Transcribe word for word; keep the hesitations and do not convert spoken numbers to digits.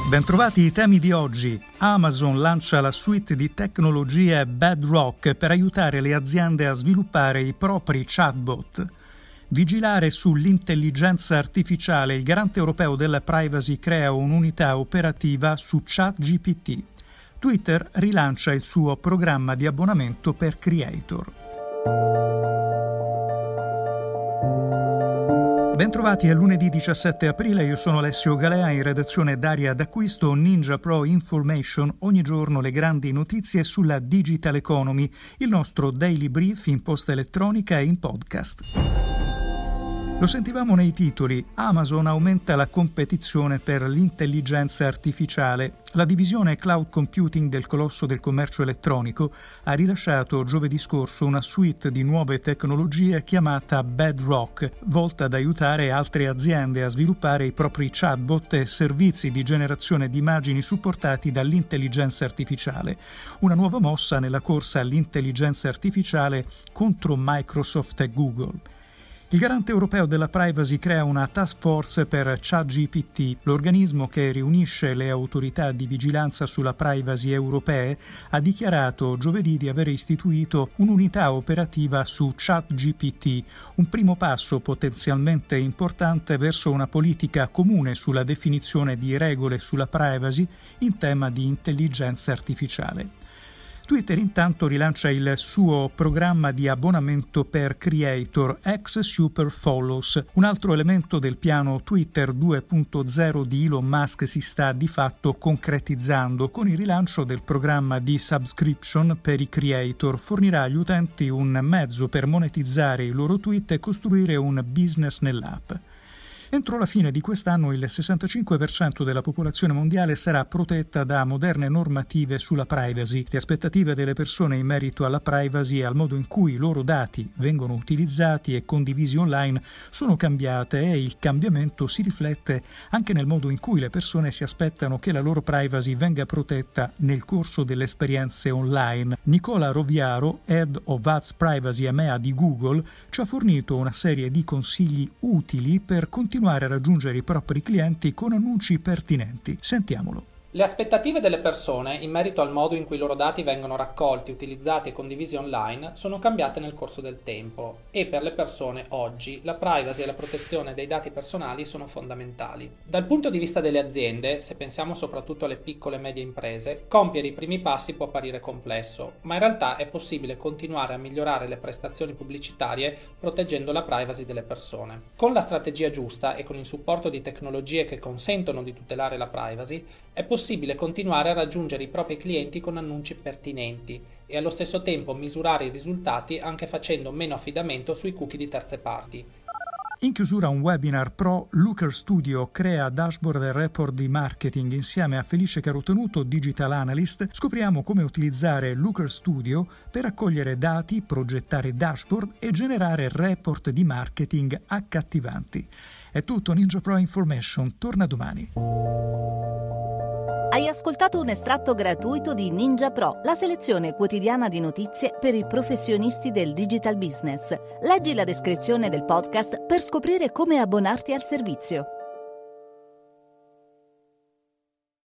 Bentrovati i temi di oggi. Amazon lancia la suite di tecnologie Bedrock per aiutare le aziende a sviluppare i propri chatbot. Vigilare sull'intelligenza artificiale. Il garante europeo della privacy crea un'unità operativa su ChatGPT. Twitter rilancia il suo programma di abbonamento per creator. Bentrovati, è lunedì diciassette aprile, io sono Alessio Galea, in redazione Daria D'Acquisto, Ninja Pro Information, ogni giorno le grandi notizie sulla digital economy, il nostro daily brief in posta elettronica e in podcast. Lo sentivamo nei titoli, Amazon aumenta la competizione per l'intelligenza artificiale. La divisione cloud computing del colosso del commercio elettronico ha rilasciato giovedì scorso una suite di nuove tecnologie chiamata Bedrock, volta ad aiutare altre aziende a sviluppare i propri chatbot e servizi di generazione di immagini supportati dall'intelligenza artificiale. Una nuova mossa nella corsa all'intelligenza artificiale contro Microsoft e Google. Il garante europeo della privacy crea una task force per ChatGPT. L'organismo che riunisce le autorità di vigilanza sulla privacy europee ha dichiarato giovedì di aver istituito un'unità operativa su ChatGPT, un primo passo potenzialmente importante verso una politica comune sulla definizione di regole sulla privacy in tema di intelligenza artificiale. Twitter intanto rilancia il suo programma di abbonamento per creator ex Super Follows. Un altro elemento del piano Twitter due punto zero di Elon Musk si sta di fatto concretizzando con il rilancio del programma di subscription per i creator. Fornirà agli utenti un mezzo per monetizzare i loro tweet e costruire un business nell'app. Entro la fine di quest'anno il sessantacinque per cento della popolazione mondiale sarà protetta da moderne normative sulla privacy. Le aspettative delle persone in merito alla privacy e al modo in cui i loro dati vengono utilizzati e condivisi online sono cambiate e il cambiamento si riflette anche nel modo in cui le persone si aspettano che la loro privacy venga protetta nel corso delle esperienze online. Nicola Roviaro, Head of Ads Privacy E M E A di Google, ci ha fornito una serie di consigli utili per continuare continuare a raggiungere i propri clienti con annunci pertinenti. Sentiamolo. Le aspettative delle persone in merito al modo in cui i loro dati vengono raccolti, utilizzati e condivisi online sono cambiate nel corso del tempo e per le persone oggi la privacy e la protezione dei dati personali sono fondamentali. Dal punto di vista delle aziende, se pensiamo soprattutto alle piccole e medie imprese, compiere i primi passi può apparire complesso, ma in realtà è possibile continuare a migliorare le prestazioni pubblicitarie proteggendo la privacy delle persone. Con la strategia giusta e con il supporto di tecnologie che consentono di tutelare la privacy, è possibile possibile continuare a raggiungere i propri clienti con annunci pertinenti e allo stesso tempo misurare i risultati anche facendo meno affidamento sui cookie di terze parti. In chiusura un webinar pro Looker Studio crea dashboard e report di marketing. Insieme a Felice Carotenuto, digital analyst, scopriamo come utilizzare Looker Studio per raccogliere dati, progettare dashboard e generare report di marketing accattivanti. È tutto, Ninja Pro Information torna domani. Hai ascoltato un estratto gratuito di Ninja Pro, la selezione quotidiana di notizie per i professionisti del digital business. Leggi la descrizione del podcast per scoprire come abbonarti al servizio.